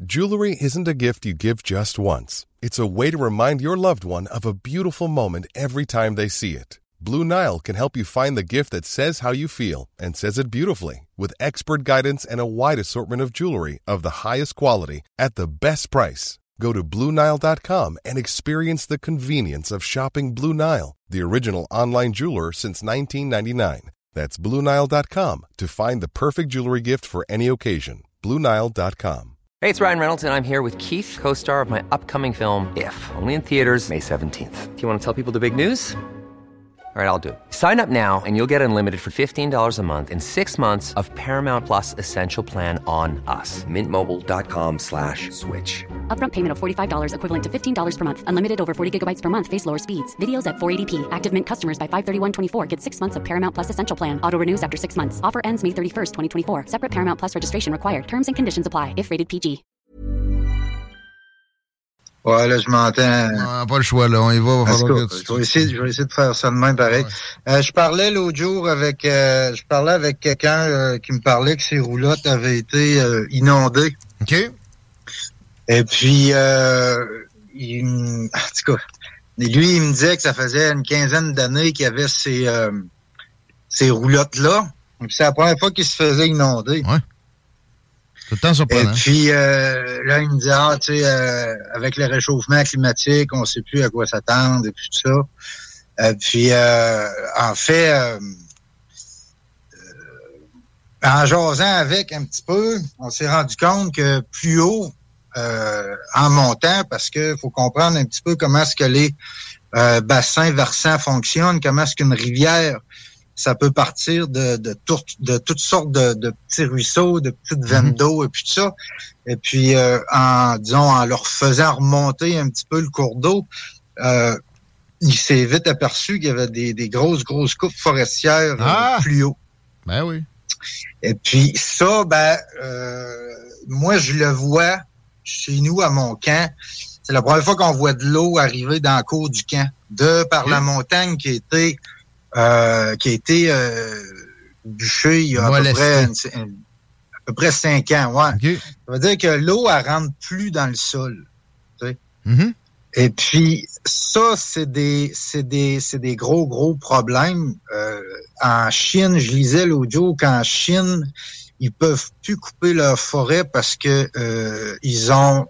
Jewelry isn't a gift you give just once. It's a way to remind your loved one of a beautiful moment every time they see it. Blue Nile can help you find the gift that says how you feel and says it beautifully, with expert guidance and a wide assortment of jewelry of the highest quality at the best price. Go to BlueNile.com and experience the convenience of shopping Blue Nile, the original online jeweler since 1999. That's BlueNile.com to find the perfect jewelry gift for any occasion. BlueNile.com. Hey, it's Ryan Reynolds, and I'm here with Keith, co-star of my upcoming film, If, only in theaters May 17th. Do you want to tell people the big news? All right, I'll do it. Sign up now and you'll get unlimited for $15 a month and 6 months of Paramount Plus Essential Plan on us. MintMobile.com/switch. Upfront payment of $45 equivalent to $15 per month. Unlimited over 40 gigabytes per month. Face lower speeds. Videos at 480p. Active Mint customers by 531.24 get 6 months of Paramount Plus Essential Plan. Auto renews after 6 months. Offer ends May 31st, 2024. Separate Paramount Plus registration required. Terms and conditions apply if rated PG. Ouais, là, je m'entends. On n'a pas le choix, là. On y va. Je vais essayer de faire ça de même, pareil. Ouais. Je parlais l'autre jour avec quelqu'un qui me parlait que ses roulottes avaient été inondées. OK. Et puis, en tout cas, lui, il me disait que ça faisait une quinzaine d'années qu'il avait ces roulottes-là. Et puis, c'est la première fois qu'il se faisait inonder. Ouais. Tout le temps surprenant. Et puis, là, il me dit, tu sais, avec le réchauffement climatique, on ne sait plus à quoi s'attendre et puis tout ça. En fait, en jasant avec un petit peu, on s'est rendu compte que plus haut, en montant, parce que faut comprendre un petit peu comment est-ce que les bassins versants fonctionnent, comment est-ce qu'une rivière, ça peut partir de toutes sortes de petits ruisseaux, de petites veines d'eau et puis tout ça. Et puis, en leur faisant remonter un petit peu le cours d'eau, il s'est vite aperçu qu'il y avait des grosses coupes forestières plus haut. Ben oui. Et puis ça, moi, je le vois chez nous à mon camp. C'est la première fois qu'on voit de l'eau arriver dans la cour du camp, par la montagne qui a été bûchée il y a à peu près 5 ans. Ouais. Okay. Ça veut dire que l'eau, elle rentre plus dans le sol. Tu sais. Mm-hmm. Et puis, ça, c'est des gros problèmes. En Chine, je lisais l'autre jour qu'en Chine, ils peuvent plus couper leur forêt parce que ils ont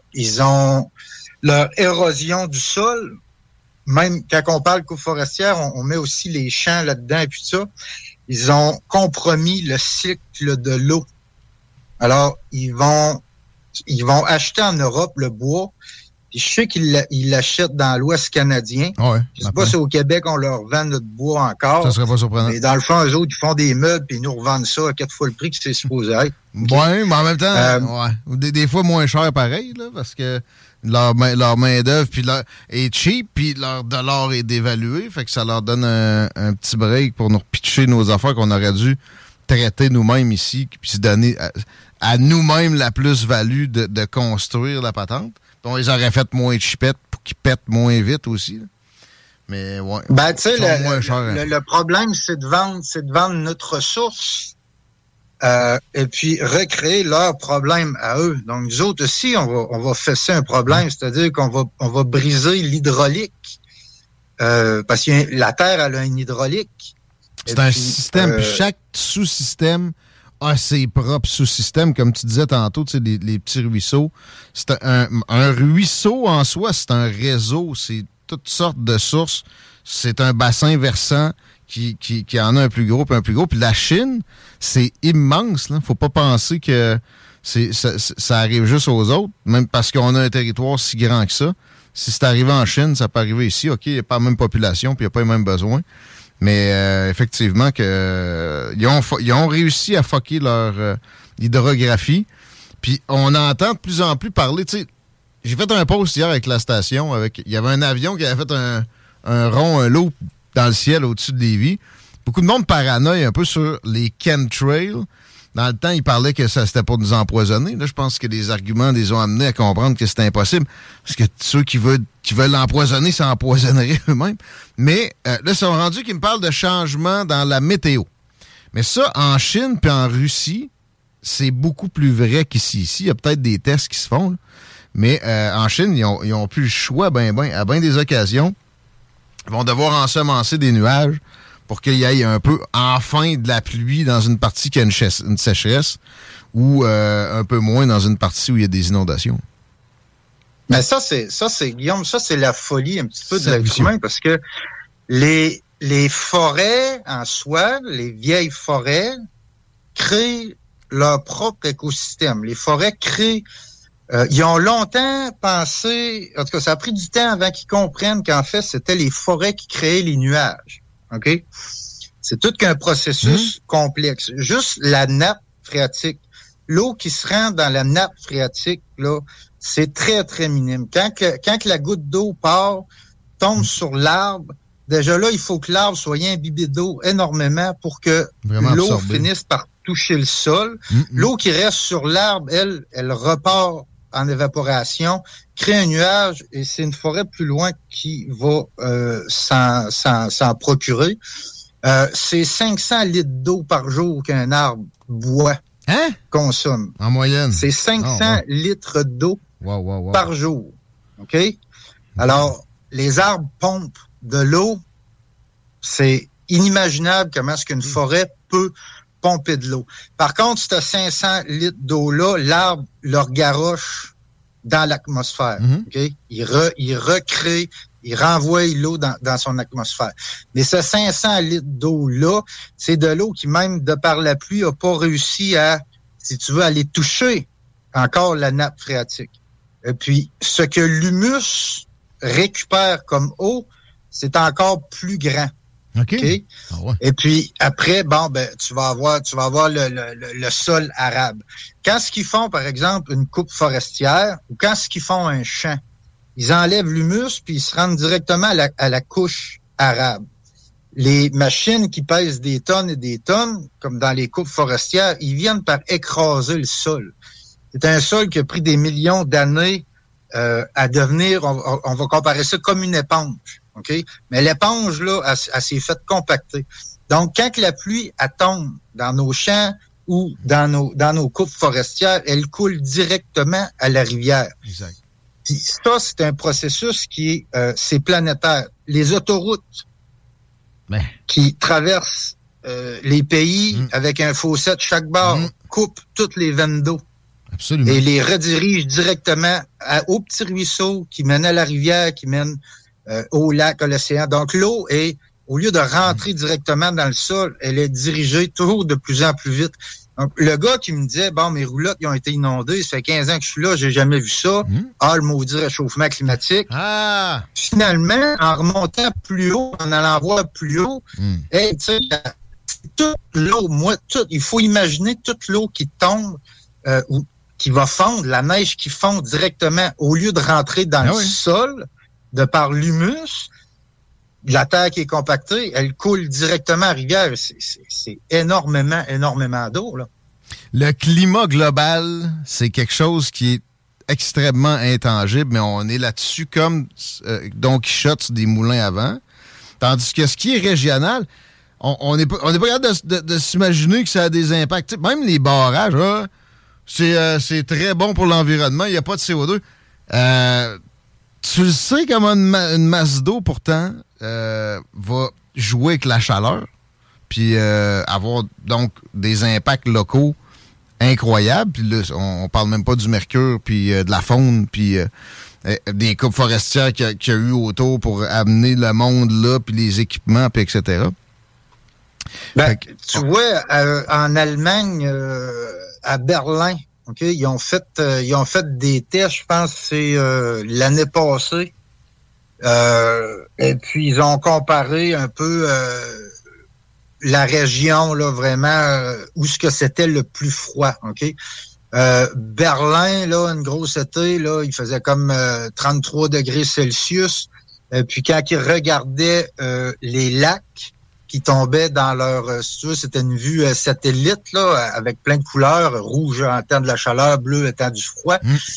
leur érosion du sol. Même quand on parle coupe forestière, on met aussi les champs là-dedans et puis ça. Ils ont compromis le cycle de l'eau. Alors, ils vont acheter en Europe le bois. Puis je sais qu'ils l'achètent dans l'Ouest canadien. Ouais, je sais pas si au Québec, on leur vend notre bois encore. Ça serait pas surprenant. Mais dans le fond, eux autres, ils font des meubles puis ils nous revendent ça à 4 fois le prix que c'est supposé être. Okay. Oui, mais en même temps, des fois moins cher pareil, là, parce que leur main-d'œuvre est cheap, puis leur dollar est dévalué. Fait que ça leur donne un petit break pour nous repitcher nos affaires qu'on aurait dû traiter nous-mêmes ici, puis se donner à nous-mêmes la plus-value de construire la patente. On les aurait fait moins chipettes pour qu'ils pètent moins vite aussi. Là. Mais ouais. Tu sais, le problème, c'est de vendre notre ressource et puis recréer leurs problèmes à eux. Donc, nous autres aussi, on va fesser un problème, c'est-à-dire qu'on va briser l'hydraulique. Parce que la Terre, elle a une hydraulique. C'est un système, puis chaque sous-système a ses propres sous-systèmes, comme tu disais tantôt, tu sais, les petits ruisseaux. C'est un ruisseau en soi, c'est un réseau, c'est toutes sortes de sources. C'est un bassin versant qui en a un plus gros puis un plus gros. Puis la Chine, c'est immense, là. Faut pas penser que ça arrive juste aux autres, même parce qu'on a un territoire si grand que ça. Si c'est arrivé en Chine, ça peut arriver ici. OK, il n'y a pas la même population puis il n'y a pas les mêmes besoins. Mais effectivement, ils ont réussi à fucker leur hydrographie. Puis on entend de plus en plus parler. Tu sais, j'ai fait un post hier avec la station. Il y avait un avion qui avait fait un rond, un loop dans le ciel au-dessus de Lévis. Beaucoup de monde paranoïe un peu sur les chemtrails. Dans le temps, ils parlaient que ça c'était pour nous empoisonner. Là, je pense que les arguments les ont amenés à comprendre que c'était impossible. Parce que ceux qui veulent l'empoisonner, ça empoisonnerait eux-mêmes. Mais là, ils sont rendus qu'ils me parlent de changement dans la météo. Mais ça, en Chine puis en Russie, c'est beaucoup plus vrai qu'ici. Ici, il y a peut-être des tests qui se font, là. Mais en Chine, ils ont plus le choix à bien des occasions. Ils vont devoir ensemencer des nuages pour qu'il y ait un peu, enfin, de la pluie dans une partie qui a une sécheresse ou un peu moins dans une partie où il y a des inondations. Mais ça, c'est Guillaume, ça, c'est la folie un petit peu de l'être humain parce que les forêts en soi, les vieilles forêts, créent leur propre écosystème. Les forêts créent... ils ont longtemps pensé... En tout cas, ça a pris du temps avant qu'ils comprennent qu'en fait, c'était les forêts qui créaient les nuages. OK? C'est tout qu'un processus complexe. Juste la nappe phréatique. L'eau qui se rend dans la nappe phréatique, là, c'est très, très minime. Quand la goutte d'eau part, tombe sur l'arbre, déjà là, il faut que l'arbre soit imbibé d'eau énormément pour que l'eau finisse par toucher le sol. L'eau qui reste sur l'arbre, elle repart en évaporation, crée un nuage, et c'est une forêt plus loin qui va s'en procurer. C'est 500 litres d'eau par jour qu'un arbre boit, consomme. En moyenne. C'est 500 litres d'eau par jour. OK? Alors, les arbres pompent de l'eau. C'est inimaginable comment est-ce qu'une forêt peut pomper de l'eau. Par contre, ce 500 litres d'eau-là, l'arbre leur garoche dans l'atmosphère. Okay? Il recrée, il renvoie l'eau dans son atmosphère. Mais ce 500 litres d'eau-là, c'est de l'eau qui, même de par la pluie, n'a pas réussi à, si tu veux, aller toucher encore la nappe phréatique. Et puis, ce que l'humus récupère comme eau, c'est encore plus grand. OK. Okay? Ah ouais. Et puis après, tu vas avoir le sol arable. Quand ce qu'ils font, par exemple, une coupe forestière, ou quand ce qu'ils font un champ, ils enlèvent l'humus puis ils se rendent directement à la couche arable. Les machines qui pèsent des tonnes et des tonnes, comme dans les coupes forestières, ils viennent par écraser le sol. C'est un sol qui a pris des millions d'années à devenir, on va comparer ça comme une éponge. OK? Mais l'éponge, là, elle s'est faite compacter. Donc, quand la pluie, elle tombe dans nos champs ou dans nos coupes forestières, elle coule directement à la rivière. Exact. Puis ça, c'est un processus qui est, c'est planétaire. Les autoroutes qui traversent les pays avec un fossé de chaque bord coupent toutes les veines d'eau. Absolument. Et les redirigent directement au petit ruisseau qui mène à la rivière, qui mène au lac, à l'océan. Donc, l'eau est, au lieu de rentrer directement dans le sol, elle est dirigée toujours de plus en plus vite. Donc, le gars qui me disait, mes roulottes, ils ont été inondées, ça fait 15 ans que je suis là, j'ai jamais vu ça. Le maudit réchauffement climatique. Finalement, en remontant plus haut, en allant voir plus haut, tu sais, toute l'eau, il faut imaginer toute l'eau qui tombe, ou qui va fondre, la neige qui fond directement, au lieu de rentrer dans le sol, de par l'humus, la terre qui est compactée, elle coule directement à rivière. C'est énormément, énormément d'eau, là. Le climat global, c'est quelque chose qui est extrêmement intangible, mais on est là-dessus comme Don Quichotte sur des moulins à vent. Tandis que ce qui est régional, on n'est pas capable de s'imaginer que ça a des impacts. T'sais, même les barrages, c'est très bon pour l'environnement, il n'y a pas de CO2. Tu le sais comment une masse d'eau, pourtant, va jouer avec la chaleur, puis avoir donc des impacts locaux incroyables. Puis là, on parle même pas du mercure, puis de la faune, puis des coupes forestières qu'il y a eu autour pour amener le monde là, puis les équipements, puis etc. Tu vois, en Allemagne, à Berlin, OK, ils ont fait des tests, je pense que c'est l'année passée. Et puis ils ont comparé un peu la région là vraiment où ce que c'était le plus froid, OK? Berlin là, une grosse été là, il faisait comme 33 degrés Celsius. Puis quand ils regardaient les lacs qui tombaient dans leur... c'était une vue satellite, là, avec plein de couleurs, rouge étant de la chaleur, bleu étant du froid.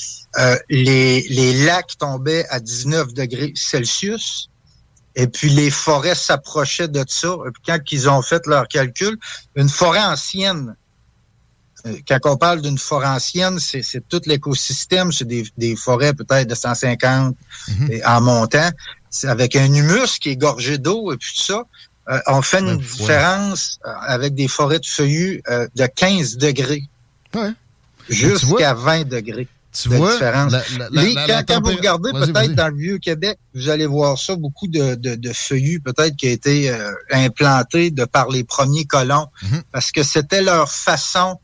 Les lacs tombaient à 19 degrés Celsius, et puis les forêts s'approchaient de ça. Et puis quand ils ont fait leur calcul, une forêt ancienne quand on parle d'une forêt ancienne, c'est tout l'écosystème, c'est des forêts peut-être de 150 en montant, avec un humus qui est gorgé d'eau et puis tout ça. On fait une différence avec des forêts de feuillus de 15 degrés jusqu'à 20 degrés. Tu vois, différence. Quand vous regardez peut-être dans le Vieux-Québec, vous allez voir ça, beaucoup de feuillus peut-être qui a été implantés de par les premiers colons, parce que c'était leur façon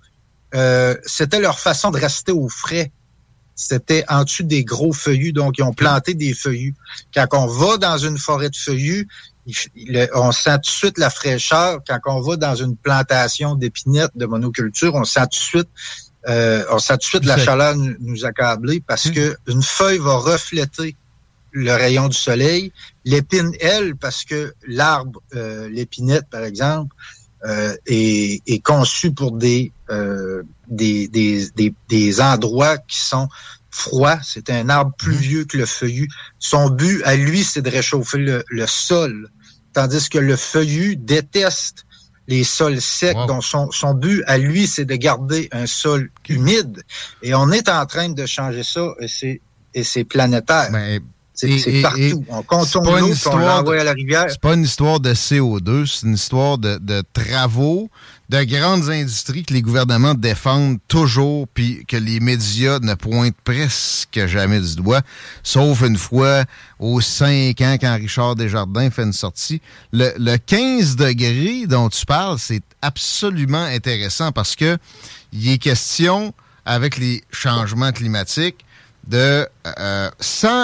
de rester au frais. C'était en dessous des gros feuillus, donc ils ont planté des feuillus. Quand on va dans une forêt de feuillus, on sent tout de suite la fraîcheur. Quand on va dans une plantation d'épinettes, de monoculture, on sent tout de suite la chaleur nous accabler parce que une feuille va refléter le rayon du soleil. L'épine, elle, parce que l'arbre, l'épinette, par exemple, est conçu pour des endroits qui sont froids. C'est un arbre plus vieux que le feuillu. Son but, à lui, c'est de réchauffer le sol. Tandis que le feuillu déteste les sols secs. Wow. Donc, son but, à lui, c'est de garder un sol humide. Et on est en train de changer ça, et c'est planétaire. C'est partout. On contourne l'eau et on l'envoie à la rivière. C'est pas une histoire de CO2, c'est une histoire de travaux, de grandes industries que les gouvernements défendent toujours, puis que les médias ne pointent presque jamais du doigt, sauf une fois aux 5 ans quand Richard Desjardins fait une sortie. Le 15 degrés dont tu parles, c'est absolument intéressant parce que il est question, avec les changements climatiques, de sans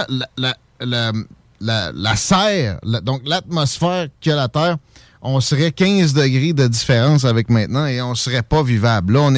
la serre, donc l'atmosphère que la Terre, on serait 15 degrés de différence avec maintenant et on serait pas vivable. Là,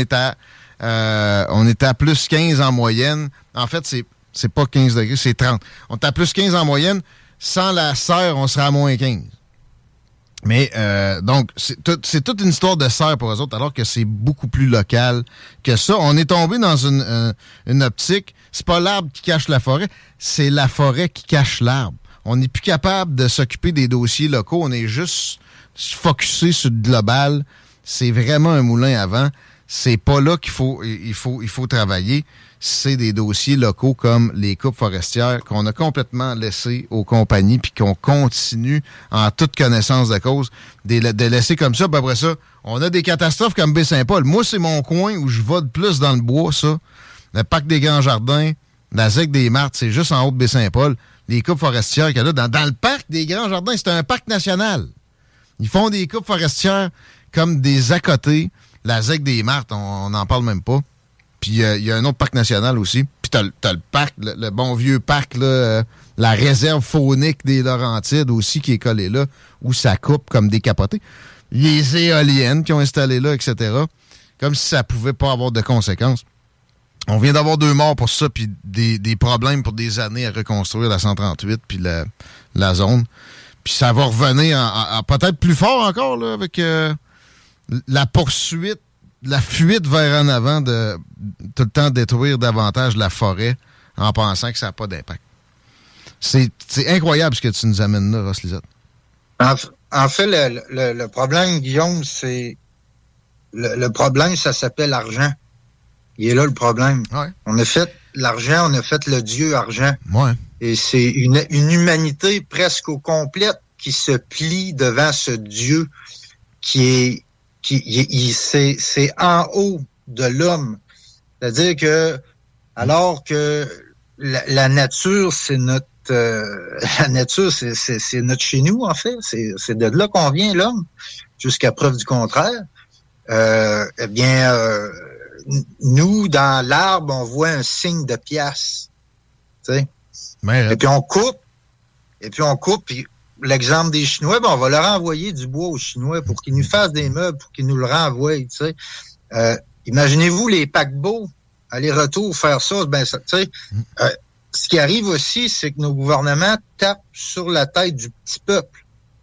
on est à plus 15 en moyenne. En fait, c'est pas 15 degrés, c'est 30. On est à plus 15 en moyenne. Sans la serre, on serait à moins 15. Mais donc, c'est toute une histoire de serre pour eux autres, alors que c'est beaucoup plus local que ça. On est tombé dans une optique. C'est pas l'arbre qui cache la forêt, c'est la forêt qui cache l'arbre. On n'est plus capable de s'occuper des dossiers locaux. On est juste focusé sur le global. C'est vraiment un moulin à vent. C'est pas là qu'il faut travailler. C'est des dossiers locaux comme les coupes forestières qu'on a complètement laissés aux compagnies puis qu'on continue en toute connaissance de cause de laisser comme ça. Puis après ça, on a des catastrophes comme Baie-Saint-Paul. Moi, c'est mon coin où je vais de plus dans le bois, ça. Le parc des Grands Jardins, la ZEC des Martres, c'est juste en haut de Baie-Saint-Paul. Les coupes forestières qu'il y a là, dans le parc des Grands Jardins, c'est un parc national. Ils font des coupes forestières comme des à côté. La ZEC des Martres, on n'en parle même pas. Puis il y a un autre parc national aussi. Puis t'as le parc, le bon vieux parc, là, la réserve faunique des Laurentides aussi qui est collée là, où ça coupe comme des capotés. Les éoliennes qui ont installé là, etc. Comme si ça pouvait pas avoir de conséquences. On vient d'avoir 2 morts pour ça, puis des problèmes pour des années à reconstruire la 138 puis la zone. Puis ça va revenir en peut-être plus fort encore là, avec la poursuite, la fuite vers en avant de tout le temps détruire davantage la forêt en pensant que ça n'a pas d'impact. C'est incroyable ce que tu nous amènes là, Ross Lisotte. En fait, le problème, Guillaume, c'est... Le problème, ça s'appelle argent. Il est là le problème. Ouais. On a fait l'argent, on a fait le dieu argent. Ouais. Et c'est une humanité presque au complète qui se plie devant ce dieu c'est en haut de l'homme. C'est-à-dire que alors que la nature, c'est notre c'est notre chez nous, en fait. C'est de là qu'on vient, l'homme, jusqu'à preuve du contraire. Nous, dans l'arbre, on voit un signe de pièce. Tu sais? Et puis on coupe. Puis l'exemple des Chinois, on va leur envoyer du bois aux Chinois pour qu'ils nous fassent des meubles, pour qu'ils nous le renvoient. Tu sais? Imaginez-vous les paquebots, aller-retour, faire ça. Ce qui arrive aussi, c'est que nos gouvernements tapent sur la tête du petit peuple.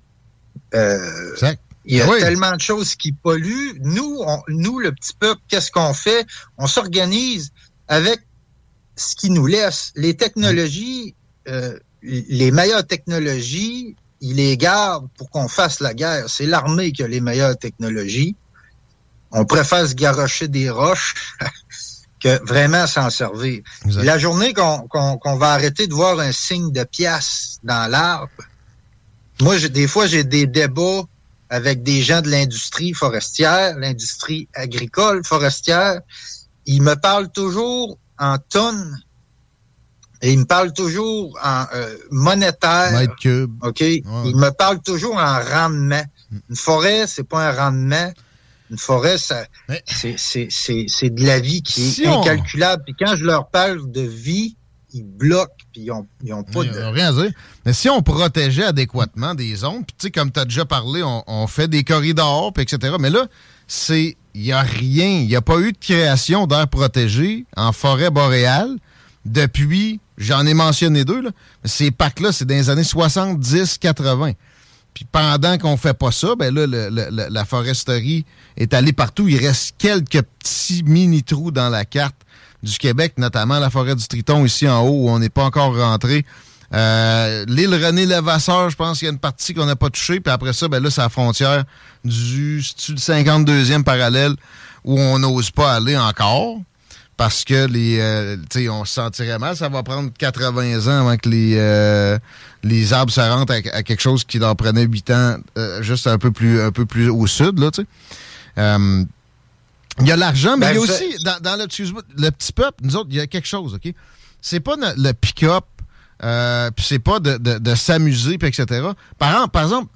Il y a tellement de choses qui polluent. Nous, le petit peuple, qu'est-ce qu'on fait? On s'organise avec ce qui nous laisse. Les technologies, les meilleures technologies, ils les gardent pour qu'on fasse la guerre. C'est l'armée qui a les meilleures technologies. On préfère se garrocher des roches que vraiment s'en servir. La journée qu'on va arrêter de voir un signe de pièce dans l'arbre, moi, des fois, j'ai des débats avec des gens de l'industrie forestière, l'industrie agricole forestière. Ils me parlent toujours en tonnes et ils me parlent toujours en monétaire. Mètre cube. OK? Ouais. Ils me parlent toujours en rendement. Une forêt, c'est pas un rendement. Une forêt, c'est de la vie qui est incalculable. Puis quand je leur parle de vie, ils bloquent, puis ils ont pas de... rien à dire. Mais si on protégeait adéquatement des zones, puis tu sais, comme tu as déjà parlé, on fait des corridors, puis etc. Mais là, il n'y a rien. Il n'y a pas eu de création d'aires protégées en forêt boréale depuis, j'en ai mentionné 2, là, ces parcs-là, c'est dans les années 70-80. Puis pendant qu'on fait pas ça, ben là, la foresterie est allée partout. Il reste quelques petits mini-trous dans la carte du Québec, notamment la forêt du Triton ici en haut, où on n'est pas encore rentré. L'île René-Levasseur, je pense qu'il y a une partie qu'on n'a pas touchée. Puis après ça, ben là, c'est la frontière du 52e parallèle où on n'ose pas aller encore. Parce que on se sentirait mal. Ça va prendre 80 ans avant que les arbres se rentrent à quelque chose qui leur prenait 8 ans, juste un peu plus au sud, là, tu sais. Il y a l'argent, mais il y a aussi, dans le petit peuple, nous autres, il y a quelque chose, OK? C'est pas le pick-up, puis c'est pas de s'amuser, puis etc. Par exemple,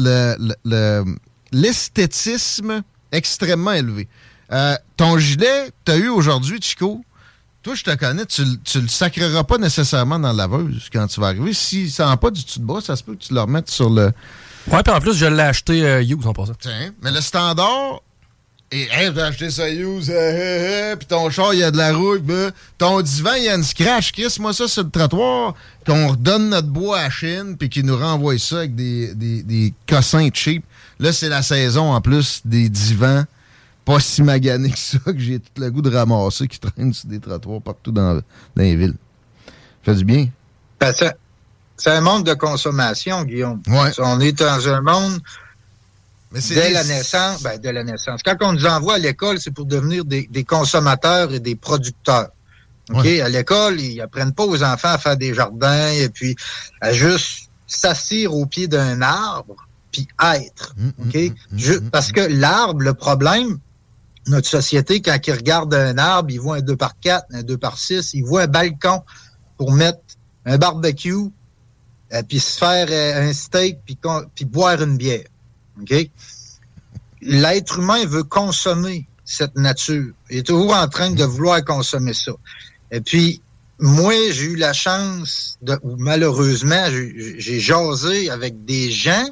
l'esthétisme extrêmement élevé. Ton gilet, t'as eu aujourd'hui, Chico, toi, je te connais, tu le sacreras pas nécessairement dans la laveuse quand tu vas arriver. S'il sent pas du tout de bas, ça se peut que tu le remettes sur le... Ouais, puis en plus, je l'ai acheté used en passant. Tiens, mais le standard... Et hey, j'ai acheté ça used, puis ton char, il y a de la rouille, ben, ton divan, il y a une scratch. Chris, moi ça sur le trottoir, qu'on redonne notre bois à Chine, puis qu'ils nous renvoient ça avec des cossins cheap. Là, c'est la saison, en plus, des divans pas si maganés que ça, que j'ai tout le goût de ramasser, qui traînent sur des trottoirs partout dans les villes. Ça fait du bien. Ben, c'est un monde de consommation, Guillaume. Ouais. On est dans un monde... Mais c'est dès la naissance. Quand on nous envoie à l'école, c'est pour devenir des consommateurs et des producteurs. OK? Ouais. À l'école, ils apprennent pas aux enfants à faire des jardins et puis à juste s'assire au pied d'un arbre puis être. OK? Parce que l'arbre, le problème, notre société, quand ils regardent un arbre, ils voient un 2x4, un 2x6, ils voient un balcon pour mettre un barbecue, puis se faire un steak, puis boire une bière. OK? L'être humain veut consommer cette nature. Il est toujours en train de vouloir consommer ça. Et puis, moi, j'ai eu la chance, ou malheureusement, j'ai jasé avec des gens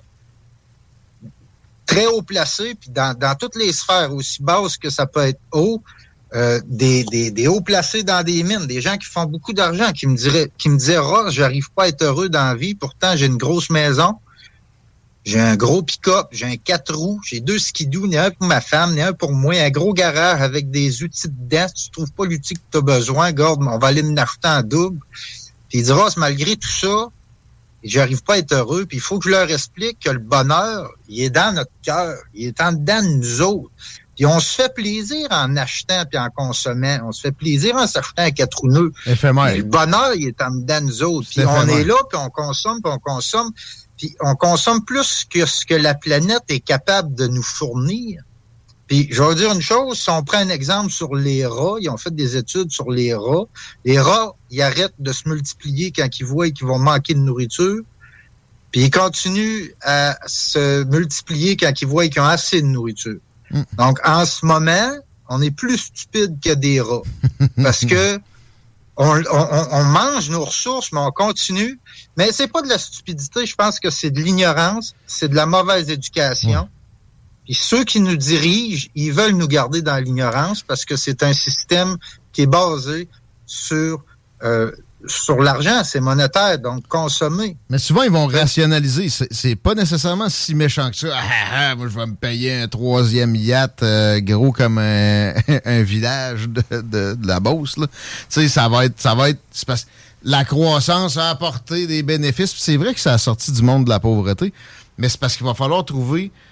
très haut placés, puis dans toutes les sphères, aussi basses que ça peut être haut, des hauts placés dans des mines, des gens qui font beaucoup d'argent, qui me disaient, Ross, j'arrive pas à être heureux dans la vie, pourtant j'ai une grosse maison, j'ai un gros pick-up, j'ai un 4 roues, j'ai 2 skidoo, ni un pour ma femme, ni un pour moi, un gros garage avec des outils dedans. Si tu trouves pas l'outil que tu as besoin, garde, on va aller me l'acheter en double. Puis il dira, malgré tout ça, j'arrive pas à être heureux. Puis il faut que je leur explique que le bonheur, il est dans notre cœur, il est en dedans de nous autres. Puis on se fait plaisir en achetant puis en consommant. On se fait plaisir en s'achetant un 4 roues neufs. Éphémère. Le bonheur, il est en dedans de nous autres. Puis on est là, puis on consomme, puis on consomme. Puis on consomme plus que ce que la planète est capable de nous fournir. Puis je vais vous dire une chose, si on prend un exemple sur les rats, ils ont fait des études sur les rats. Les rats, ils arrêtent de se multiplier quand ils voient qu'ils vont manquer de nourriture. Puis ils continuent à se multiplier quand ils voient qu'ils ont assez de nourriture. Donc en ce moment, on est plus stupide que des rats. Parce que on mange nos ressources, mais on continue. Mais c'est pas de la stupidité, je pense que c'est de l'ignorance, c'est de la mauvaise éducation. Puis ceux qui nous dirigent, ils veulent nous garder dans l'ignorance parce que c'est un système qui est basé sur l'argent, c'est monétaire, donc consommer. Mais souvent, ils vont rationaliser. C'est pas nécessairement si méchant que ça. Moi, je vais me payer un 3e yacht gros comme un village de la Beauce. Tu sais, ça va être c'est parce que la croissance a apporté des bénéfices. Puis c'est vrai que ça a sorti du monde de la pauvreté, mais c'est parce qu'il va falloir trouver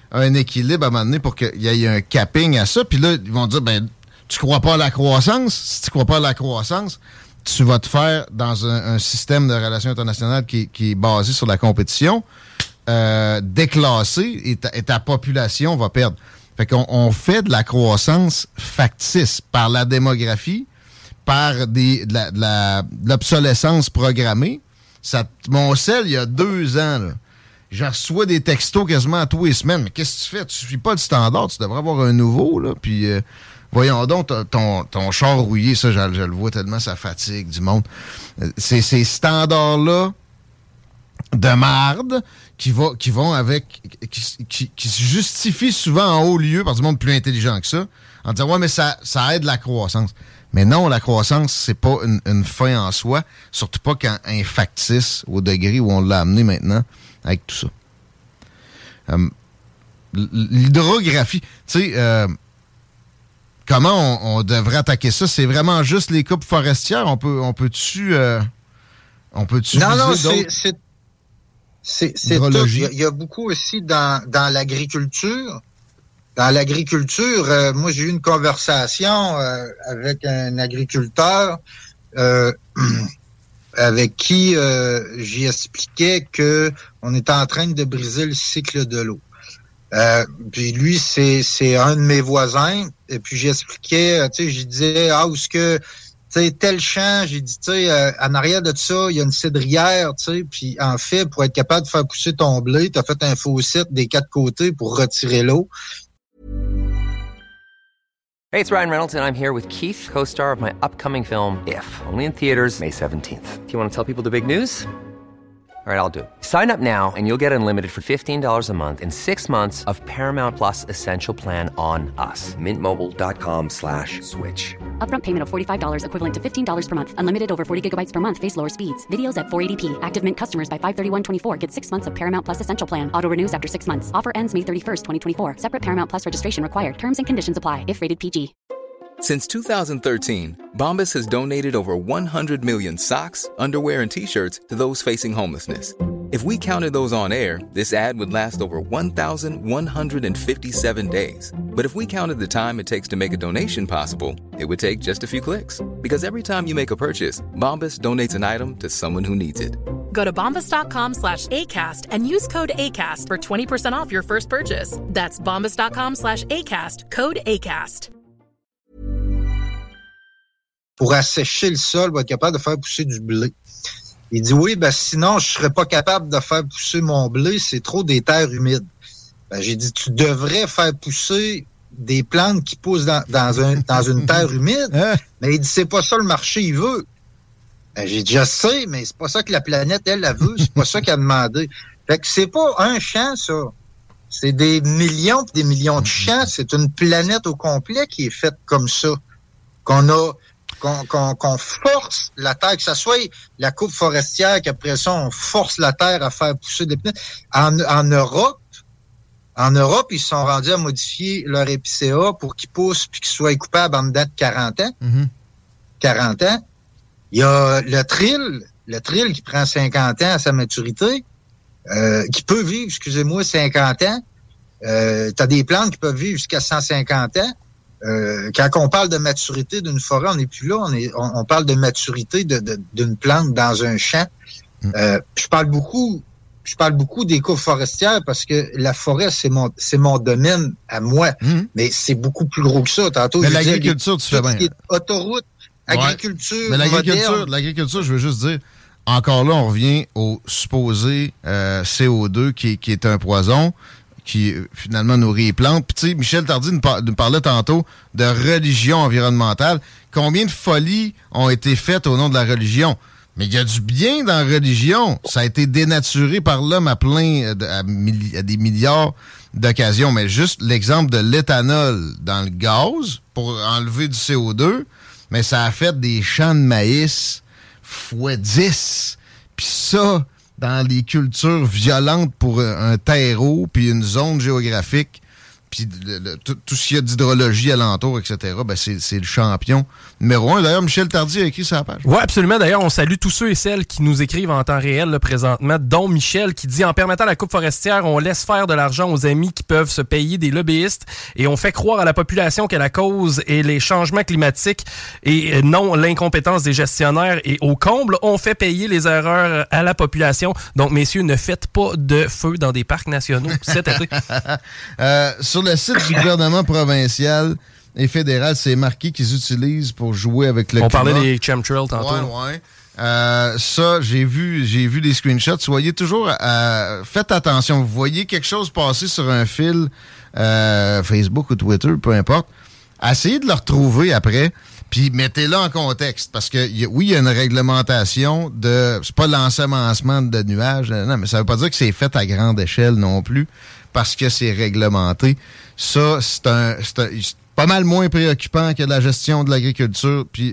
un équilibre à un moment donné pour qu'il y ait un capping à ça. Puis là, ils vont dire, ben, tu crois pas à la croissance? Si tu crois pas à la croissance, tu vas te faire dans un système de relations internationales qui est basé sur la compétition, déclasser et ta population va perdre. Fait qu'on fait de la croissance factice par la démographie, par de l'obsolescence programmée. Mon sel, il y a 2 ans, là, je reçois des textos quasiment à tous les semaines. Mais qu'est-ce que tu fais? Tu suis pas le standard, tu devrais avoir un nouveau, là. Puis, voyons donc, ton char rouillé, ça, je le vois tellement, ça fatigue du monde. C'est ces standards-là de marde qui vont avec, qui se justifient souvent en haut lieu par du monde plus intelligent que ça, en disant, ouais, mais ça aide la croissance. Mais non, la croissance, c'est pas une fin en soi, surtout pas quand un factice au degré où on l'a amené maintenant avec tout ça. L'hydrographie, tu sais, comment on devrait attaquer ça? C'est vraiment juste les coupes forestières? On peut-tu Non, c'est tout. Il y a beaucoup aussi dans l'agriculture. Dans l'agriculture, moi, j'ai eu une conversation avec un agriculteur avec qui j'y expliquais que on était en train de briser le cycle de l'eau. Puis lui, c'est un de mes voisins. Et puis j'expliquais, tu sais, je disais, où est-ce que, tu sais, tel champ, j'ai dit, tu sais, en arrière de ça, il y a une cédrière, tu sais, puis en fait, pour être capable de faire pousser ton blé, tu as fait un fossé des 4 côtés pour retirer l'eau. Hey, it's Ryan Reynolds, and I'm here with Keith, co-star of my upcoming film, If, only in theaters May 17th. Do you want to tell people the big news? All right, I'll do it. Sign up now and you'll get unlimited for $15 a month and 6 months of Paramount Plus Essential Plan on us. MintMobile.com/switch. Upfront payment of $45 equivalent to $15 per month. Unlimited over 40 gigabytes per month. Face lower speeds. Videos at 480p. Active Mint customers by 531.24 get 6 months of Paramount Plus Essential Plan. Auto renews after 6 months. Offer ends May 31st, 2024. Separate Paramount Plus registration required. Terms and conditions apply if rated PG. Since 2013, Bombas has donated over 100 million socks, underwear, and T-shirts to those facing homelessness. If we counted those on air, this ad would last over 1,157 days. But if we counted the time it takes to make a donation possible, it would take just a few clicks. Because every time you make a purchase, Bombas donates an item to someone who needs it. Go to bombas.com/ACAST and use code ACAST for 20% off your first purchase. That's bombas.com/ACAST, code ACAST. Pour assécher le sol, va être capable de faire pousser du blé. Il dit, oui, ben sinon, je serais pas capable de faire pousser mon blé, c'est trop des terres humides. Ben, j'ai dit, tu devrais faire pousser des plantes qui poussent dans une terre humide. Mais il dit, c'est pas ça le marché, il veut. Ben, j'ai dit, je sais, mais c'est pas ça que la planète, elle veut, c'est pas ça qu'elle a demandé. Fait que c'est pas un champ, ça. C'est des millions et des millions de champs. C'est une planète au complet qui est faite comme ça. Qu'on force la terre, que ça soit la coupe forestière, qu'après ça, on force la terre à faire pousser des plantes. En Europe, ils se sont rendus à modifier leur épicéa pour qu'ils poussent puis qu'ils soient coupables en dedans de 40 ans. 40 ans. Il y a le trill qui prend 50 ans à sa maturité, qui peut vivre, 50 ans. T'as des plantes qui peuvent vivre jusqu'à 150 ans. Quand on parle de maturité d'une forêt, on n'est plus là. On parle de maturité d'une plante dans un champ. Je parle beaucoup des coupes forestières parce que la forêt, c'est mon domaine à moi. Mais c'est beaucoup plus gros que ça. Tantôt, mais l'agriculture, tu fais bien. Autoroute, agriculture, mais l'agriculture, je veux juste dire, encore là, on revient au supposé CO2 qui est un poison, qui finalement nourrit les plantes. Puis tu sais, Michel Tardy nous parlait tantôt de religion environnementale. Combien de folies ont été faites au nom de la religion? Mais il y a du bien dans la religion. Ça a été dénaturé par l'homme à des milliards d'occasions. Mais juste l'exemple de l'éthanol dans le gaz pour enlever du CO2, mais ça a fait des champs de maïs fois 10. Puis ça, dans les cultures violentes pour un terreau puis une zone géographique, puis puis tout ce qu'il y a d'hydrologie alentour, etc., ben c'est le champion numéro 1. D'ailleurs, Michel Tardy a écrit sa page. Oui, absolument. D'ailleurs, on salue tous ceux et celles qui nous écrivent en temps réel là, présentement, dont Michel qui dit « En permettant la coupe forestière, on laisse faire de l'argent aux amis qui peuvent se payer des lobbyistes et on fait croire à la population que la cause est les changements climatiques et non l'incompétence des gestionnaires. Et au comble, on fait payer les erreurs à la population. Donc, messieurs, ne faites pas de feu dans des parcs nationaux cet été. » Sur le site du gouvernement provincial et fédéral, c'est marqué qu'ils utilisent pour jouer avec le climat. On parlait des chemtrails tantôt. Ouais. Ça, j'ai vu des screenshots. Soyez toujours... faites attention. Vous voyez quelque chose passer sur un fil Facebook ou Twitter, peu importe. Essayez de le retrouver après, puis mettez-le en contexte. Parce que, oui, il y a une réglementation de... C'est pas l'ensemencement de nuages, non, mais ça veut pas dire que c'est fait à grande échelle non plus, parce que c'est réglementé. Ça, c'est pas mal moins préoccupant que la gestion de l'agriculture, puis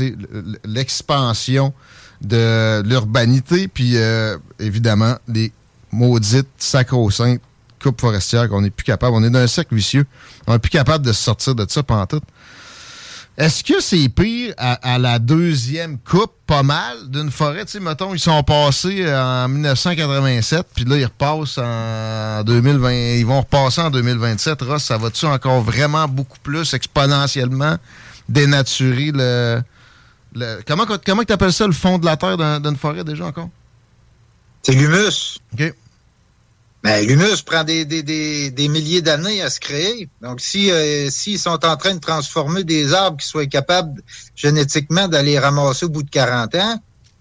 l'expansion de l'urbanité, puis évidemment, les maudites sacro-saintes coupes forestières qu'on n'est plus capable. On est dans un cercle vicieux. On n'est plus capable de se sortir de ça pantoute. Est-ce que c'est pire à la deuxième coupe, pas mal, d'une forêt? Tu sais, mettons, ils sont passés en 1987, puis là, ils repassent en 2020. Ils vont repasser en 2027. Ross, ça va-tu encore vraiment beaucoup plus exponentiellement dénaturer le comment tu appelles ça, le fond de la terre d'une forêt, déjà, encore? C'est l'humus. OK. Ben, l'humus prend des milliers d'années à se créer. Donc, s'ils sont en train de transformer des arbres qui soient capables génétiquement d'aller ramasser au bout de 40 ans,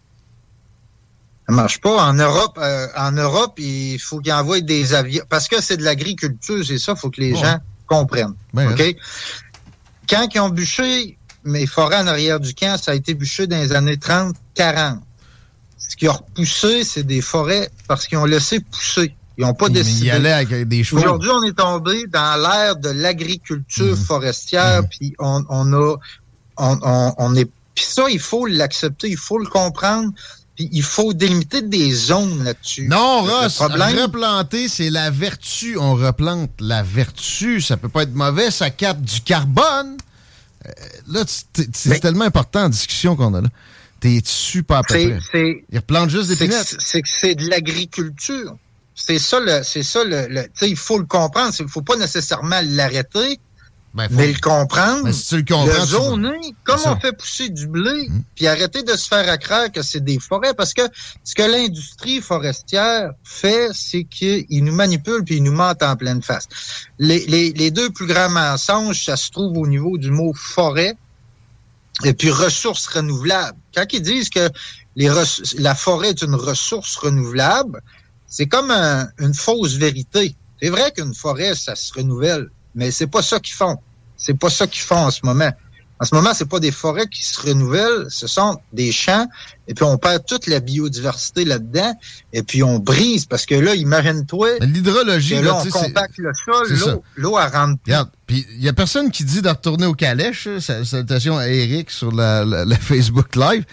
ça marche pas. En Europe, il faut qu'ils envoient des avions. Parce que c'est de l'agriculture, c'est ça, il faut que les gens comprennent. Ben, OK? Quand ils ont bûché mes forêts en arrière du camp, ça a été bûché dans les années 30-40. Ce qui a repoussé, c'est des forêts parce qu'ils ont laissé pousser. Ils n'ont pas décidé. Il y allait avec des chevaux. Aujourd'hui, on est tombé dans l'ère de l'agriculture forestière, puis on est. Puis ça, il faut l'accepter, il faut le comprendre, puis il faut délimiter des zones là-dessus. Non, Ross, replanter, c'est la vertu. On replante la vertu. Ça peut pas être mauvais, ça capte du carbone. Là, c'est tellement important en discussion qu'on a là. T'es super prêt. Ils replantent juste des pinettes. C'est de l'agriculture. C'est ça tu sais, il faut le comprendre. Il faut pas nécessairement l'arrêter, mais le comprendre. Ben, si tu le comprends, le zoner, comme on fait pousser du blé, puis arrêter de se faire à croire que c'est des forêts. Parce que ce que l'industrie forestière fait, c'est qu'il nous manipule puis il nous ment en pleine face. Les deux plus grands mensonges, ça se trouve au niveau du mot forêt et puis ressources renouvelables. Quand ils disent que la forêt est une ressource renouvelable, c'est comme une fausse vérité. C'est vrai qu'une forêt, ça se renouvelle, mais c'est pas ça qu'ils font. C'est pas ça qu'ils font en ce moment. En ce moment, c'est pas des forêts qui se renouvellent, ce sont des champs, et puis on perd toute la biodiversité là-dedans, et puis on brise, parce que là, imagine-toi, l'hydrologie, que là, on compacte le sol, l'eau, elle rentre plus. Regarde, puis il y a personne qui dit de retourner aux calèches. Salutations à Eric sur la Facebook Live.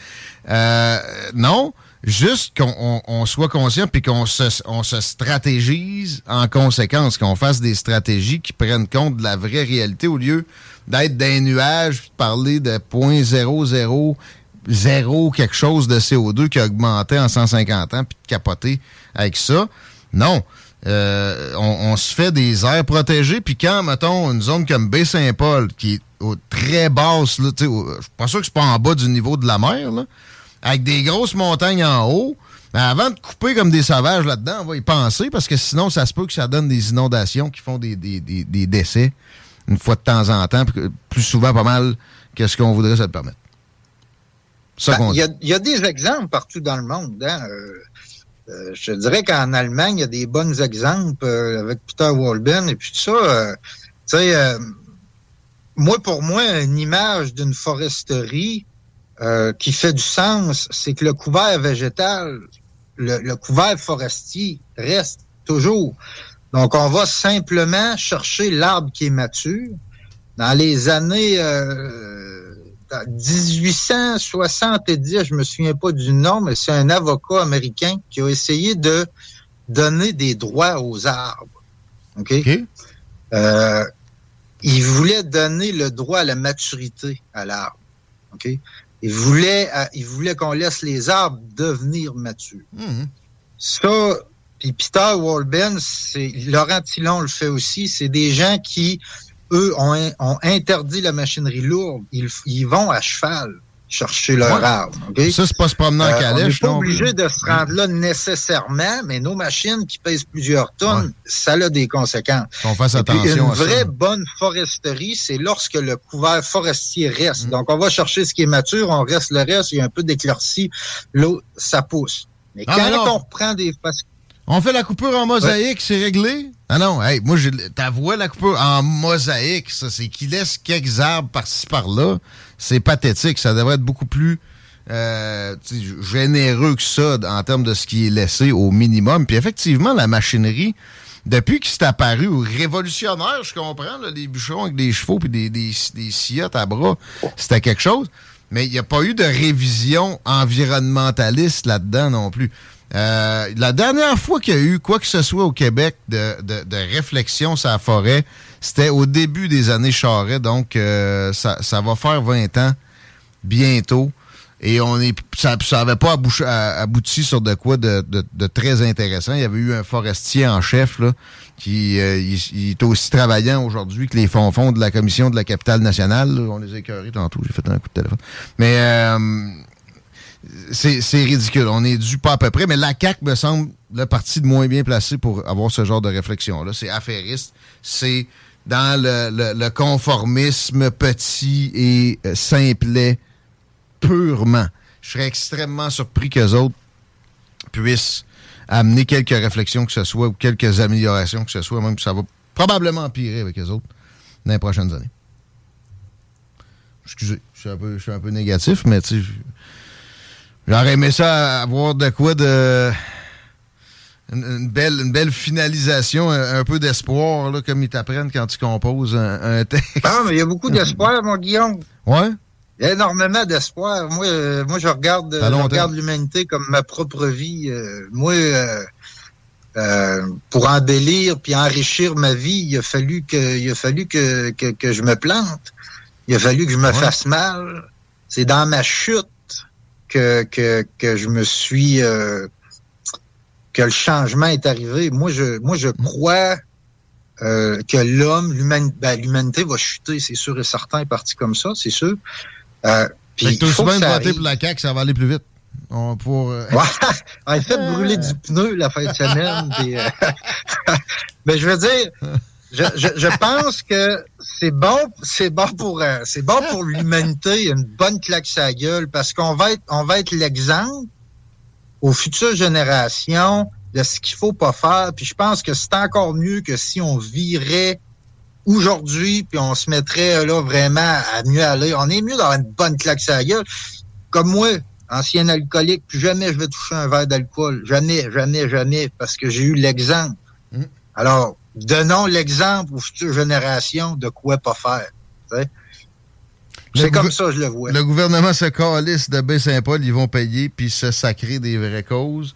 Non. Juste qu'on soit conscient puis qu'on se stratégise en conséquence, qu'on fasse des stratégies qui prennent compte de la vraie réalité au lieu d'être dans les nuages puis de parler de 0.000 quelque chose de CO2 qui a augmenté en 150 ans puis de capoter avec ça. Non. On se fait des aires protégées puis quand, mettons, une zone comme Baie-Saint-Paul qui est très basse, là, je suis pas sûr que c'est pas en bas du niveau de la mer, là, avec des grosses montagnes en haut, mais avant de couper comme des sauvages là-dedans, on va y penser, parce que sinon, ça se peut que ça donne des inondations qui font des décès une fois de temps en temps, plus souvent pas mal que ce qu'on voudrait se le permettre. Il y a des exemples partout dans le monde. Hein? Je dirais qu'en Allemagne, il y a des bons exemples avec Peter Wolleben et puis tout ça. Tu sais, pour moi, une image d'une foresterie qui fait du sens, c'est que le couvert végétal, le couvert forestier reste toujours. Donc, on va simplement chercher l'arbre qui est mature. Dans les années 1870, je me souviens pas du nom, mais c'est un avocat américain qui a essayé de donner des droits aux arbres. OK? il voulait donner le droit à la maturité à l'arbre. OK? Il voulait qu'on laisse les arbres devenir matures. Mmh. Ça, puis Peter Wohlben, Laurent Tillon le fait aussi, c'est des gens qui, eux, ont interdit la machinerie lourde. Ils vont à cheval chercher leur arbre. Okay? Ça, c'est pas se promener en calèche. On n'est pas obligé de se rendre là nécessairement, mais nos machines qui pèsent plusieurs tonnes, ça a des conséquences. Qu'on fasse attention à ça. Une vraie bonne foresterie, c'est lorsque le couvert forestier reste. Donc, on va chercher ce qui est mature, on reste le reste, il y a un peu d'éclaircie, l'eau, ça pousse. Mais quand on reprend des... On fait la coupure en mosaïque, c'est réglé? Ah non, hey, moi, t'avouais la coupure en mosaïque, ça, c'est qu'il laisse quelques arbres par-ci, par-là. C'est pathétique. Ça devrait être beaucoup plus généreux que ça en termes de ce qui est laissé au minimum. Puis effectivement, la machinerie, depuis que c'est apparu, révolutionnaire, je comprends, là, les bûcherons avec des chevaux puis des sciates à bras, c'était quelque chose. Mais il n'y a pas eu de révision environnementaliste là-dedans non plus. La dernière fois qu'il y a eu quoi que ce soit au Québec de réflexion sur la forêt, c'était au début des années Charest, donc ça va faire 20 ans bientôt. Et ça n'avait pas abouti sur de quoi de très intéressant. Il y avait eu un forestier en chef là, qui il est aussi travaillant aujourd'hui que les fonds de la commission de la capitale nationale. Là. On les a écœurés tantôt, j'ai fait un coup de téléphone. Mais c'est ridicule. On est dû pas à peu près, mais la CAQ me semble le parti de moins bien placé pour avoir ce genre de réflexion-là. C'est affairiste. C'est dans le conformisme petit et simplet purement. Je serais extrêmement surpris qu'eux autres puissent amener quelques réflexions que ce soit ou quelques améliorations que ce soit, même que ça va probablement empirer avec eux autres dans les prochaines années. Excusez, je suis un peu négatif, mais tu sais, j'aurais aimé ça avoir de quoi de... Une belle finalisation, un peu d'espoir, là, comme ils t'apprennent quand tu composes un texte. Ah, mais il y a beaucoup d'espoir, mon Guillaume. Ouais? Il y a énormément d'espoir. Moi, je regarde l'humanité comme ma propre vie. Pour embellir puis enrichir ma vie, il a fallu que je me plante. Il a fallu que je me fasse mal. C'est dans ma chute que je me suis que le changement est arrivé. Moi je crois que l'humanité va chuter, c'est sûr et certain, parti comme ça, c'est sûr. Puis il faut que ça voter pour la CAQ, ça va aller plus vite. On fait brûler du pneu la fin de semaine. Puis, mais je veux dire, je pense que c'est bon pour l'humanité, une bonne claque sur la gueule, parce qu'on va être l'exemple aux futures générations de ce qu'il faut pas faire. Puis je pense que c'est encore mieux que si on virait aujourd'hui, puis on se mettrait là vraiment à mieux aller. On est mieux d'avoir une bonne claque sur la gueule. Comme moi, ancien alcoolique, plus jamais je vais toucher un verre d'alcool. Jamais, jamais, jamais, parce que j'ai eu l'exemple. Alors, donnons l'exemple aux futures générations de quoi pas faire. T'sais? C'est comme ça, je le vois. Le gouvernement se calisse de Baie-Saint-Paul, ils vont payer puis se sacrer des vraies causes.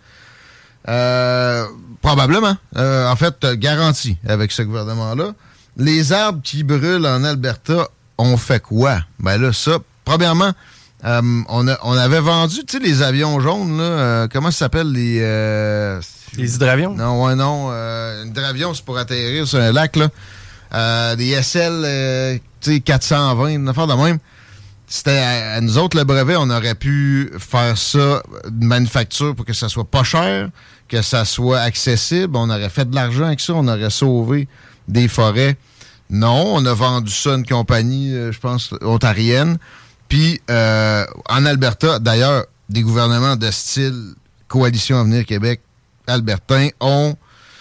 Probablement. En fait, garanti avec ce gouvernement-là. Les arbres qui brûlent en Alberta, on fait quoi? Ben là, ça, premièrement, on avait vendu, tu sais, les avions jaunes, là, comment ça s'appelle? Les hydravions? Non, un hydravion, c'est pour atterrir sur un lac, là. Des SL, tu sais, 420, une affaire de même. C'était à nous autres, le brevet, on aurait pu faire ça de manufacture pour que ça soit pas cher, que ça soit accessible. On aurait fait de l'argent avec ça, on aurait sauvé des forêts. Non, on a vendu ça à une compagnie, je pense, ontarienne. Puis, en Alberta, d'ailleurs, des gouvernements de style Coalition Avenir Québec, albertain, ont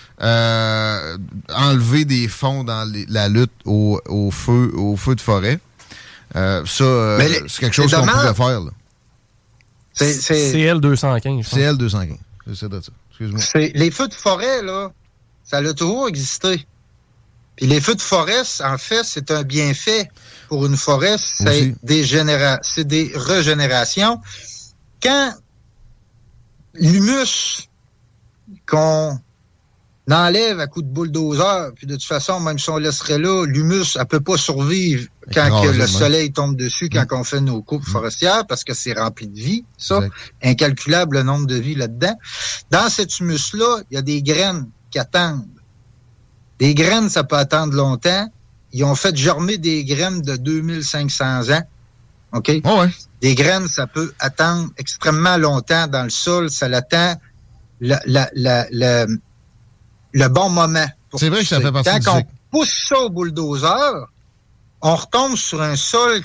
enlevé des fonds dans la lutte au feu de forêt. C'est quelque chose qu'on pouvait faire. Là. C'est CL215. CL215. C'est ça. Excuse-moi. Les feux de forêt, là, ça a toujours existé. Puis les feux de forêt, en fait, c'est un bienfait pour une forêt. C'est des régénérations. Quand l'humus qu'on l'enlève à coups de bulldozer, puis de toute façon, même si on laisserait là, l'humus, elle peut pas survivre quand que le soleil tombe dessus, quand on fait nos coupes forestières, parce que c'est rempli de vie, ça. Exact. Incalculable le nombre de vies là-dedans. Dans cet humus-là, il y a des graines qui attendent. Des graines, ça peut attendre longtemps. Ils ont fait germer des graines de 2500 ans. OK? Oh ouais. Des graines, ça peut attendre extrêmement longtemps dans le sol. Ça l'attend le bon moment. C'est vrai que ça fait partie du cycle. Quand on pousse ça au bulldozer, on retombe sur un sol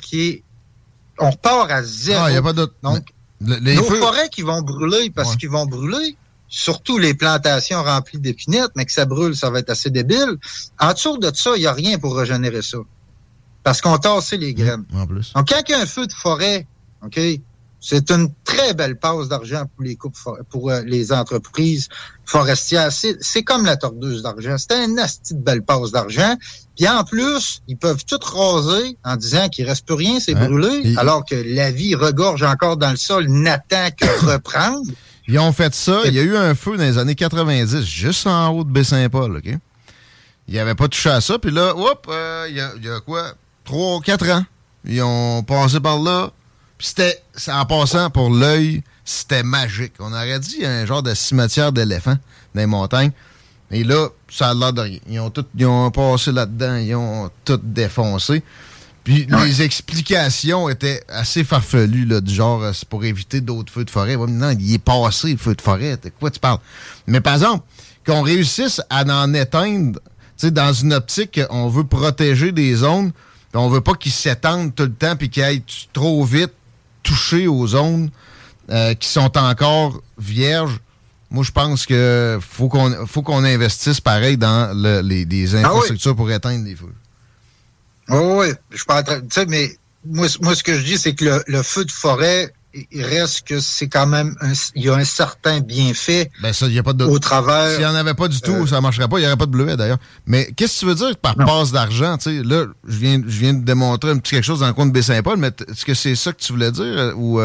on repart à zéro. Ah, il n'y a pas d'autre. Donc, nos forêts qui vont brûler parce qu'ils vont brûler, surtout les plantations remplies d'épinettes, mais que ça brûle, ça va être assez débile. En dessous de ça, il n'y a rien pour régénérer ça. Parce qu'on tassait les graines. En plus. Donc, quand il y a un feu de forêt, OK, c'est une très belle passe d'argent pour les entreprises forestières. C'est comme la tordeuse d'argent. C'est un asti de belle passe d'argent. Puis en plus, ils peuvent tout raser en disant qu'il reste plus rien, c'est brûlé, alors que la vie regorge encore dans le sol, n'attend que reprendre. Ils ont fait ça. Il y a eu un feu dans les années 90, juste en haut de Baie-Saint-Paul, OK? Ils n'avaient pas touché à ça. Puis là, il y a quoi? 3-4 ans. Ils ont passé par là. Puis c'était, en passant pour l'œil, c'était magique. On aurait dit un genre de cimetière d'éléphants dans les montagnes. Et là, ça a l'air de rien. Ils ont passé là-dedans, ils ont tout défoncé. Puis les explications étaient assez farfelues, là, du genre, c'est pour éviter d'autres feux de forêt. Ouais, non, il est passé, le feu de forêt. De quoi tu parles? Mais par exemple, qu'on réussisse à en éteindre, tu sais, dans une optique, on veut protéger des zones, on veut pas qu'ils s'étendent tout le temps puis qu'ils aillent trop vite toucher aux zones qui sont encore vierges. Moi, je pense que faut qu'on investisse pareil dans les infrastructures pour éteindre les feux. Oui, je suis pas en train... Tu sais, mais moi, ce que je dis, c'est que le feu de forêt, il reste que c'est quand même... il y a un certain bienfait ça, y a pas de... au travers... S'il n'y en avait pas du tout, ça ne marcherait pas. Il n'y aurait pas de bleuet, d'ailleurs. Mais qu'est-ce que tu veux dire par passe d'argent? Tu sais, là, je viens de démontrer un petit quelque chose dans le coin de Baie-Saint-Paul, mais est-ce que c'est ça que tu voulais dire? Ou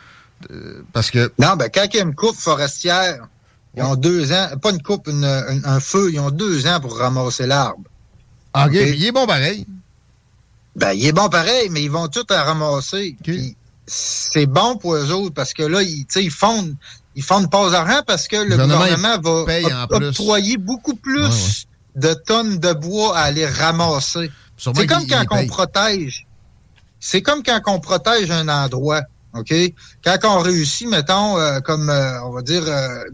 parce que... Non, quand il y a une coupe forestière, ils ont 2 ans... Pas une coupe, un feu, ils ont 2 ans pour ramasser l'arbre. OK, il est bon pareil. Il est bon pareil, mais ils vont tout à ramasser. Okay. C'est bon pour eux autres parce que là, ils font une passe d'argent parce que le gouvernement va octroyer beaucoup plus de tonnes de bois à aller ramasser. C'est comme quand on protège. C'est comme quand on protège un endroit. OK? Quand on réussit, mettons, comme on va dire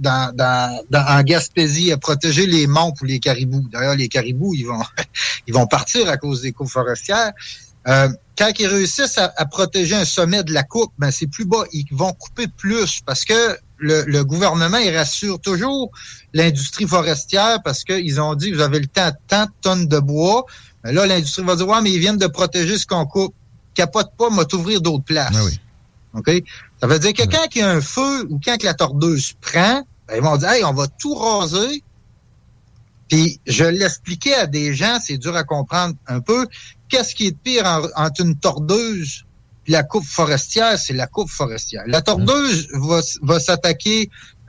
en Gaspésie, à protéger les monts pour les caribous. D'ailleurs, les caribous, ils vont partir à cause des coupes forestières. Quand ils réussissent à protéger un sommet de la coupe, c'est plus bas. Ils vont couper plus parce que le gouvernement, il rassure toujours l'industrie forestière parce qu'ils ont dit, vous avez le temps à tant de tonnes de bois. Mais là, l'industrie va dire, ouais, mais ils viennent de protéger ce qu'on coupe. Capote pas, m'a t'ouvrir d'autres places. Ah oui. OK? Ça veut dire que quand il y a un feu ou quand que la tordeuse prend, ils vont dire, hey, on va tout raser. Puis, je l'expliquais à des gens, c'est dur à comprendre un peu. Qu'est-ce qui est de pire entre une tordeuse et la coupe forestière? C'est la coupe forestière. La tordeuse va s'attaquer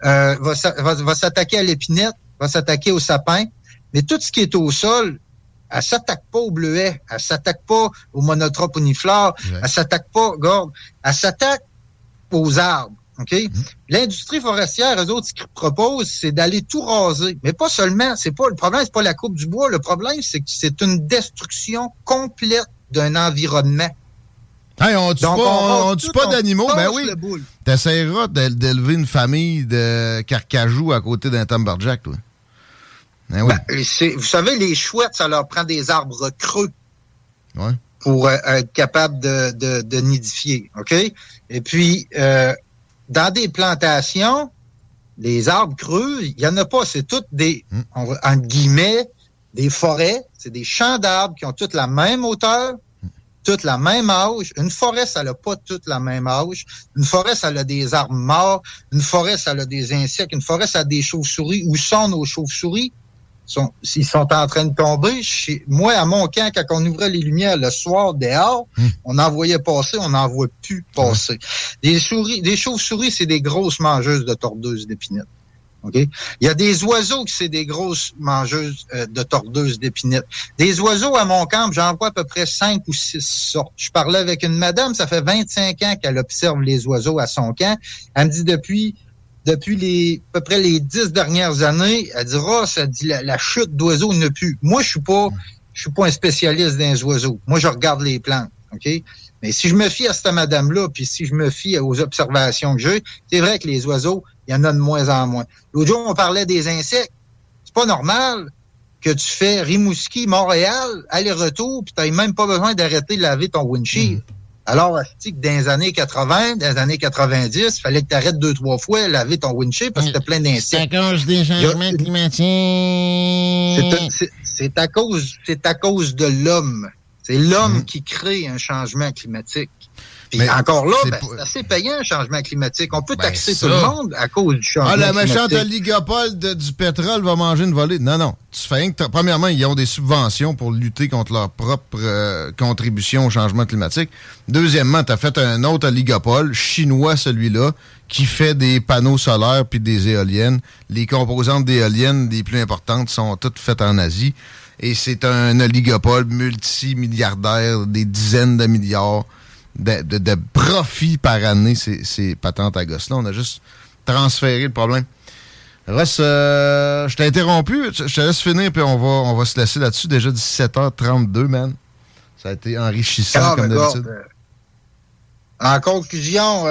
va s'attaquer à l'épinette, va s'attaquer au sapin, mais tout ce qui est au sol, elle s'attaque pas au bleuet, elle s'attaque pas au monotrope uniflore, elle s'attaque pas, elle s'attaque aux arbres. OK? L'industrie forestière, eux autres, ce qu'ils proposent, c'est d'aller tout raser. Mais pas seulement, le problème, c'est pas la coupe du bois. Le problème, c'est que c'est une destruction complète d'un environnement. Hey, on tue pas d'animaux, ben oui. T'essaieras d'élever une famille de carcajou à côté d'un timberjack, toi. Ben oui. Vous savez, les chouettes, ça leur prend des arbres creux pour être capable de nidifier. OK? Et puis, dans des plantations, les arbres creux, il n'y en a pas. C'est toutes des, entre guillemets, des forêts. C'est des champs d'arbres qui ont toutes la même hauteur, toutes la même âge. Une forêt, ça n'a pas toute la même âge. Une forêt, ça a des arbres morts. Une forêt, ça a des insectes. Une forêt, ça a des chauves-souris. Où sont nos chauves-souris? S'ils sont en train de tomber, moi, à mon camp, quand on ouvrait les lumières le soir dehors, on en voyait passer, on n'en voit plus passer. Des chauves-souris, c'est des grosses mangeuses de tordeuses d'épinettes. OK? Il y a des oiseaux qui c'est des grosses mangeuses de tordeuses d'épinette. Des oiseaux à mon camp, j'en vois à peu près 5 ou 6 sortes. Je parlais avec une madame, ça fait 25 ans qu'elle observe les oiseaux à son camp. Elle me dit depuis à peu près les 10 dernières années, elle dit, Ross, elle dit, la chute d'oiseaux ne plus. Moi, je suis pas un spécialiste dans les oiseaux. Moi, je regarde les plantes, OK? Mais si je me fie à cette madame-là, puis si je me fie aux observations que j'ai, c'est vrai que les oiseaux, il y en a de moins en moins. L'autre jour, on parlait des insectes. C'est pas normal que tu fais Rimouski, Montréal, aller-retour, puis tu n'as même pas besoin d'arrêter de laver ton windshield. Alors, que dans les années 80, dans les années 90, il fallait que tu arrêtes 2-3 fois de laver ton windshield parce que c'était plein d'insectes. C'est à cause des changements climatiques. C'est à cause de l'homme. C'est l'homme qui crée un changement climatique. Puis encore là, c'est assez payant, un changement climatique. On peut taxer tout le monde à cause du changement climatique. La méchante oligopole du pétrole va manger une volée. Non. Tu fais rien que premièrement, ils ont des subventions pour lutter contre leur propre contribution au changement climatique. Deuxièmement, tu as fait un autre oligopole, chinois celui-là, qui fait des panneaux solaires puis des éoliennes. Les composantes d'éoliennes les plus importantes sont toutes faites en Asie. Et c'est un oligopole multimilliardaire, des dizaines de milliards de profits par année, ces patentes à gosses-là. On a juste transféré le problème. Ross, je t'ai interrompu. Je te laisse finir, puis on va se laisser là-dessus. Déjà 17h32, man. Ça a été enrichissant, comme d'habitude. En conclusion,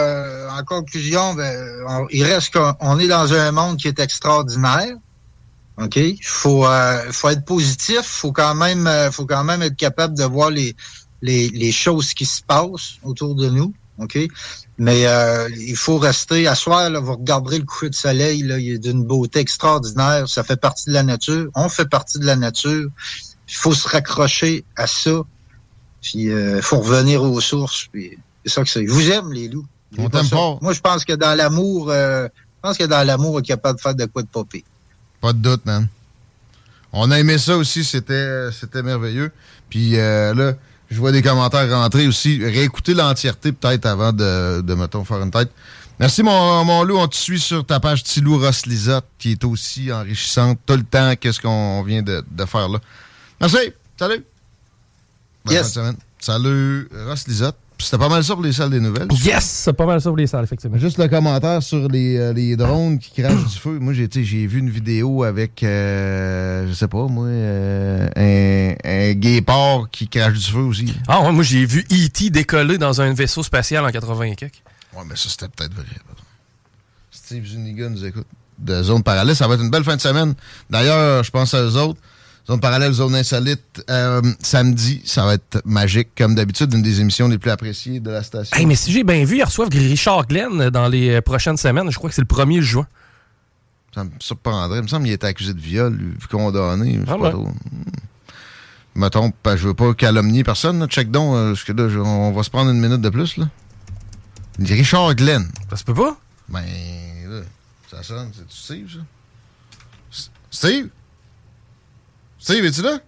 il reste qu'on est dans un monde qui est extraordinaire. OK? Il faut être positif. Il faut quand même être capable de voir les choses qui se passent autour de nous, OK? Mais il faut rester à soir, là, vous regarderez le coucher de soleil, là, il est d'une beauté extraordinaire, ça fait partie de la nature, on fait partie de la nature, il faut se raccrocher à ça, puis il faut revenir aux sources, puis c'est ça que c'est. Je vous aime, les loups. On t'aime fort. Moi, je pense que dans l'amour, on est capable de faire de quoi de popé. Pas de doute, man. On a aimé ça aussi, c'était merveilleux. Puis là, je vois des commentaires rentrer aussi. Réécoutez l'entièreté peut-être avant de mettons, faire une tête. Merci, mon loup. On te suit sur ta page Tilou Ross Lisotte, qui est aussi enrichissante tout le temps. Qu'est-ce qu'on vient de faire là? Merci. Salut. Bonne fin de semaine. Salut, Ross Lisotte. C'était pas mal ça pour les salles des nouvelles. Yes! C'est pas mal ça pour les salles, effectivement. Juste le commentaire sur les drones qui crachent du feu. Moi, j'ai vu une vidéo avec, je sais pas, moi, un guépard qui crache du feu aussi. Ah ouais, moi, j'ai vu E.T. décoller dans un vaisseau spatial en 80 et quelques. Ouais, mais ça, c'était peut-être vrai. Steve Zuniga nous écoute de Zone Parallèle. Ça va être une belle fin de semaine. D'ailleurs, je pense à eux autres. Zone Parallèle, Zone Insolite, samedi, ça va être magique, comme d'habitude, une des émissions les plus appréciées de la station. Hey, mais si j'ai bien vu, ils reçoivent Richard Glenn dans les prochaines semaines. Je crois que c'est le 1er juin. Ça me surprendrait. Il me semble qu'il était accusé de viol, condamné. Je sais pas trop. Mettons, je veux pas calomnier personne. Là. Check donc, parce que là, on va se prendre une minute de plus. Là. Richard Glenn. Ça se peut pas? Ben, là, ça sonne. C'est-tu Steve, ça? Steve? Steve, es-tu là?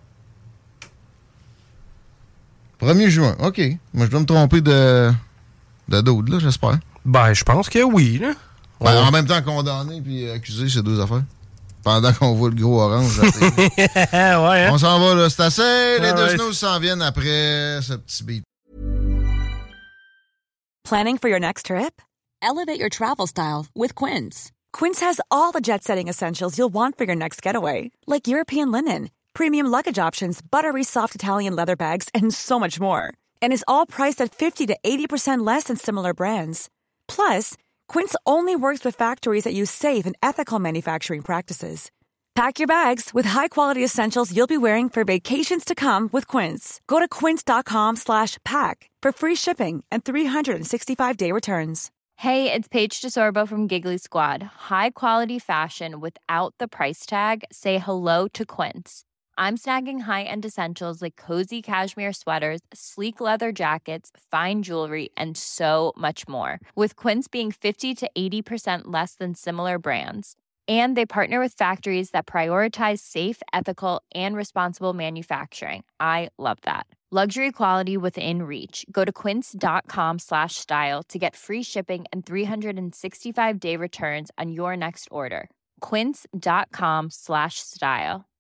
1er juin, OK. Moi, je dois me tromper de d'autres, là, j'espère. Ben, je pense que oui, là. Ben, en même temps, condamné puis accusé, c'est deux affaires. Pendant qu'on voit le gros orange. Ouais, hein? On s'en va, là. C'est assez. Les deux snooze s'en viennent après ce petit beat. Planning for your next trip? Elevate your travel style with Quince. Quince has all the jet-setting essentials you'll want for your next getaway, like European linen, premium luggage options, buttery soft Italian leather bags, and so much more. And is all priced at 50 to 80% less than similar brands. Plus, Quince only works with factories that use safe and ethical manufacturing practices. Pack your bags with high-quality essentials you'll be wearing for vacations to come with Quince. Go to quince.com/pack for free shipping and 365-day returns. Hey, it's Paige DeSorbo from Giggly Squad. High quality fashion without the price tag. Say hello to Quince. I'm snagging high-end essentials like cozy cashmere sweaters, sleek leather jackets, fine jewelry, and so much more. With Quince being 50 to 80% less than similar brands. And they partner with factories that prioritize safe, ethical, and responsible manufacturing. I love that. Luxury quality within reach. Go to quince.com/style to get free shipping and 365-day returns on your next order. quince.com/style.